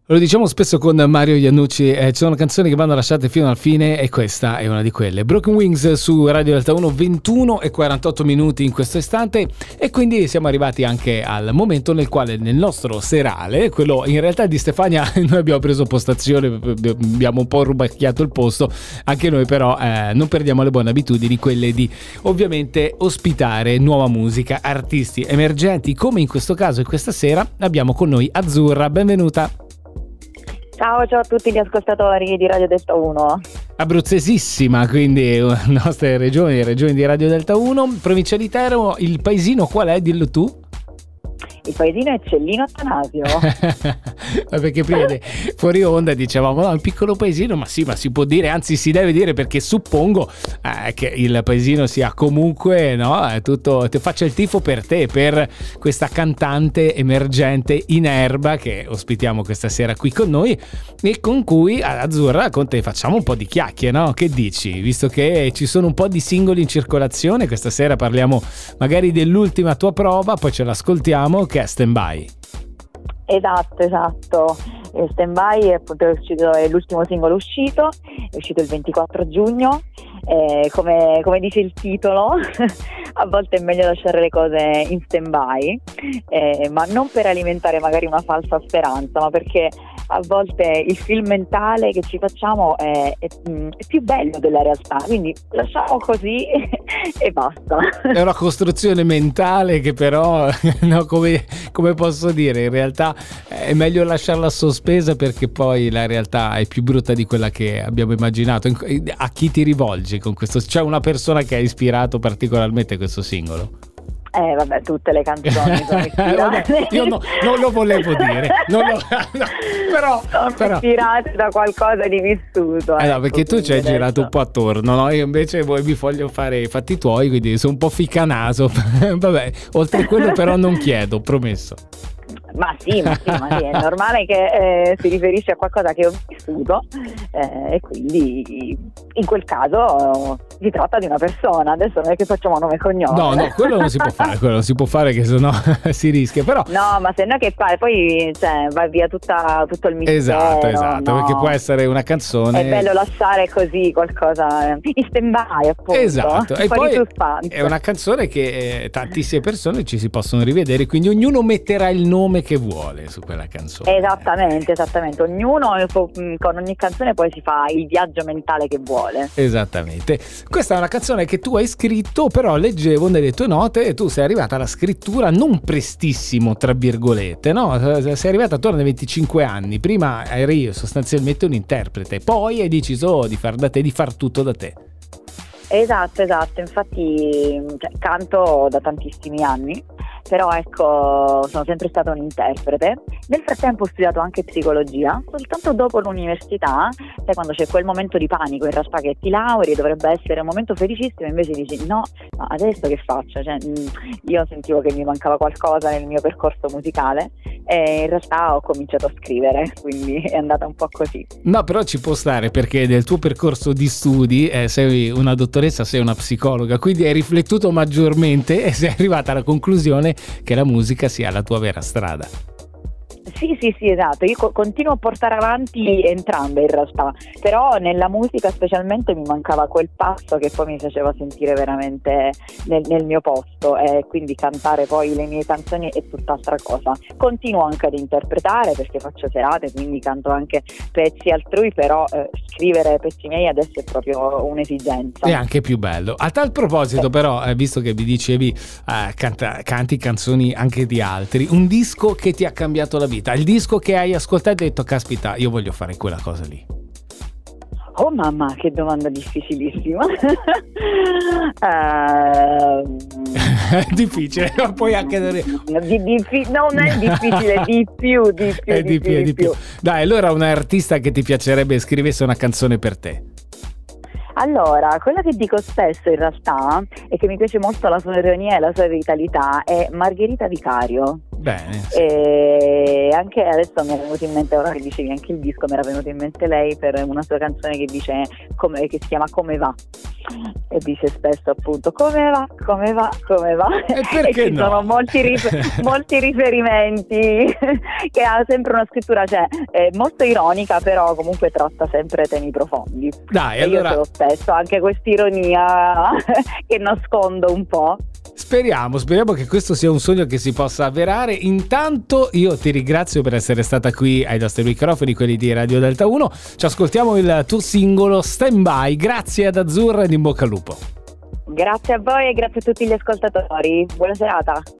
Lo diciamo spesso con Mario Iannucci, ci sono canzoni che vanno lasciate fino alla fine e questa è una di quelle. Broken Wings su Radio Delta 1, 21 e 48 minuti in questo istante, e quindi siamo arrivati anche al momento nel quale nel nostro serale, quello in realtà di Stefania, noi abbiamo preso postazione, abbiamo un po' rubacchiato il posto, anche noi però non perdiamo le buone abitudini, quelle di ovviamente ospitare nuova musica, artisti emergenti, come in questo caso e questa sera abbiamo con noi Azzurra. Benvenuta. Ciao a tutti gli ascoltatori di Radio Delta 1. Abruzzesissima, quindi nostre regioni di Radio Delta 1, provincia di Teramo. Il paesino qual è? Dillo tu. Il paesino è Cellino Attanasio. Perché prima fuori onda dicevamo no, un piccolo paesino, ma sì, ma si può dire, anzi si deve dire, perché suppongo che il paesino sia comunque, no, tutto, ti faccia il tifo per te, per questa cantante emergente in erba che ospitiamo questa sera qui con noi e con cui Azzurra, con te facciamo un po' di chiacchiere, no? Che dici? Visto che ci sono un po' di singoli in circolazione, questa sera parliamo magari dell'ultima tua prova, poi ce l'ascoltiamo, che è Stand By. Esatto. Stand By è l'ultimo singolo uscito, è uscito il 24 giugno. Come dice il titolo, a volte è meglio lasciare le cose in stand by, ma non per alimentare magari una falsa speranza, ma perché a volte il film mentale che ci facciamo è più bello della realtà, quindi lasciamo così e basta. È una costruzione mentale che però no, come posso dire, in realtà è meglio lasciarla sospesa, perché poi la realtà è più brutta di quella che abbiamo immaginato. A chi ti rivolgi con questo? C'è una persona che ha ispirato particolarmente questo singolo? Vabbè, tutte le canzoni sono ispirate. Io non lo volevo dire, però ispirate da qualcosa di vissuto. No, perché tu ci hai girato un po' attorno, no? Io invece vi voglio fare i fatti tuoi, quindi sono un po' ficcanaso. Vabbè, oltre a quello però non chiedo, promesso. Ma sì, è normale che si riferisce a qualcosa che ho vissuto, e quindi in quel caso si tratta di una persona. Adesso non è che facciamo nome e cognome. No, quello non si può fare, che sennò si rischia, però. No, ma se no che fare, poi va via tutto il mistero. Esatto, no. Perché può essere una canzone. È bello lasciare così qualcosa in stand-by, appunto. Esatto, e poi suspense. è una canzone che tantissime persone ci si possono rivedere, quindi ognuno metterà il nome che vuole su quella canzone. Esattamente. Ognuno con ogni canzone poi si fa il viaggio mentale che vuole. Esattamente. Questa è una canzone che tu hai scritto, però leggevo nelle tue note e tu sei arrivata alla scrittura non prestissimo, tra virgolette, no? Sei arrivata attorno ai 25 anni. Prima eri sostanzialmente un interprete, poi hai deciso di far tutto da te. Esatto, infatti canto da tantissimi anni, però ecco, sono sempre stata un interprete. Nel frattempo ho studiato anche psicologia, soltanto dopo l'università, sai, quando c'è quel momento di panico in realtà che ti lauri, dovrebbe essere un momento felicissimo, invece dici no, ma adesso che faccio? Io sentivo che mi mancava qualcosa nel mio percorso musicale e in realtà ho cominciato a scrivere, quindi è andata un po' così. No, però ci può stare, perché nel tuo percorso di studi sei una dottoressa, sei una psicologa, quindi hai riflettuto maggiormente e sei arrivata alla conclusione che la musica sia la tua vera strada. Sì, esatto, io continuo a portare avanti entrambe in realtà, però nella musica specialmente mi mancava quel passo che poi mi faceva sentire veramente nel mio posto, e quindi cantare poi le mie canzoni è tutt'altra cosa. Continuo anche ad interpretare perché faccio serate, quindi canto anche pezzi altrui, però scrivere pezzi miei adesso è proprio un'esigenza. È anche più bello. A tal proposito però, visto che mi dicevi canti canzoni anche di altri, un disco che ti ha cambiato la vita, il disco che hai ascoltato e hai detto caspita, io voglio fare quella cosa lì. Oh mamma, che domanda difficilissima. Difficile, ma poi anche non è difficile, di più. Dai, allora un artista che ti piacerebbe scrivesse una canzone per te. Allora, quella che dico spesso in realtà e che mi piace molto la sua ironia e la sua vitalità è Margherita Vicario. Bene. Sì. E anche adesso mi è venuto in mente, ora che dicevi anche il disco, mi era venuto in mente lei per una sua canzone che dice che si chiama Come va. e dice spesso appunto come va, come va, come va. E perché ci sono molti riferimenti che ha sempre una scrittura, cioè, molto ironica, però comunque tratta sempre temi profondi. Dai, e allora... io ce l'ho spesso, anche quest'ironia che nascondo un po'. Speriamo che questo sia un sogno che si possa avverare. Intanto io ti ringrazio per essere stata qui ai nostri microfoni, quelli di Radio Delta 1. Ci ascoltiamo il tuo singolo Stand By. Grazie ad Azzurra ed in bocca al lupo. Grazie a voi e grazie a tutti gli ascoltatori. Buona serata.